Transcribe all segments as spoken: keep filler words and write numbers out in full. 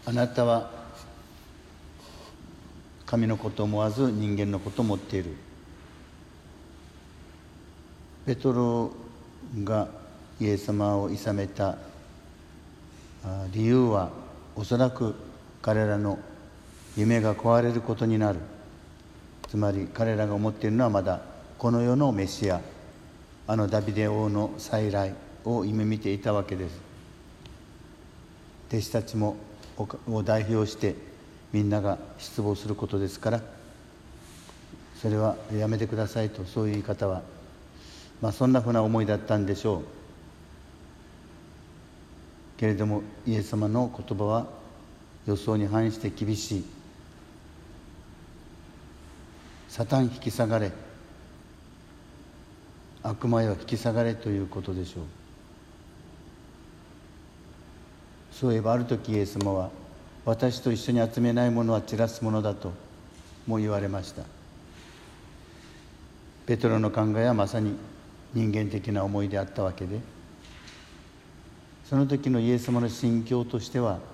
あなたは神のことを思わず人間のことを思っている。ペトロがイエス様を諌めた理由は、おそらく彼らの夢が壊れることになる。つまり彼らが思っているのは、まだこの世のメシア、あのダビデ王の再来を夢見ていたわけです。弟子たちもを代表してみんなが失望することですから、それはやめてくださいと、そういう言い方は、まあそんなふうな思いだったんでしょうけれども、イエス様の言葉は予想に反して厳しい。サタン引き下がれ、悪魔よ引き下がれということでしょう。そういえばある時イエス様は、私と一緒に集めないものは散らすものだとも言われました。ペトロの考えはまさに人間的な思いであったわけで、その時のイエス様の心境としては、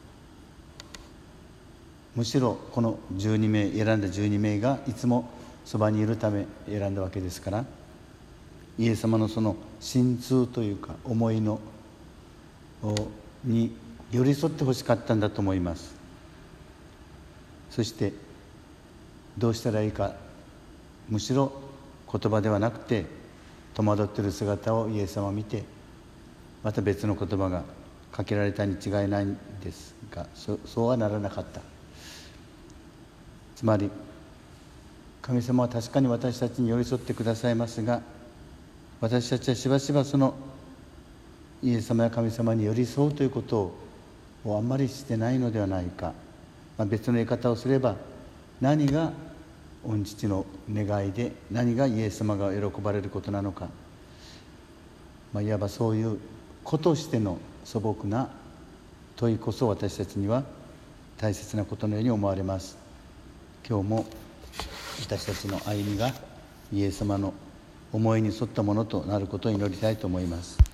むしろこのじゅうにめい、選んだじゅうにめいがいつもそばにいるため選んだわけですから、イエス様のその心痛というか思いのに寄り添ってほしかったんだと思います。そしてどうしたらいいか、むしろ言葉ではなくて戸惑っている姿をイエス様を見て、また別の言葉がかけられたに違いないんですが、 そ, そうはならなかった。つまり神様は確かに私たちに寄り添ってくださいますが、私たちはしばしばそのイエス様や神様に寄り添うということをあんまりしてないのではないか、まあ、別の言い方をすれば、何が御父の願いで、何がイエス様が喜ばれることなのか、まあ、いわばそういう子としての素朴な問いこそ、私たちには大切なことのように思われます。今日も私たちの歩みがイエス様の思いに沿ったものとなることを祈りたいと思います。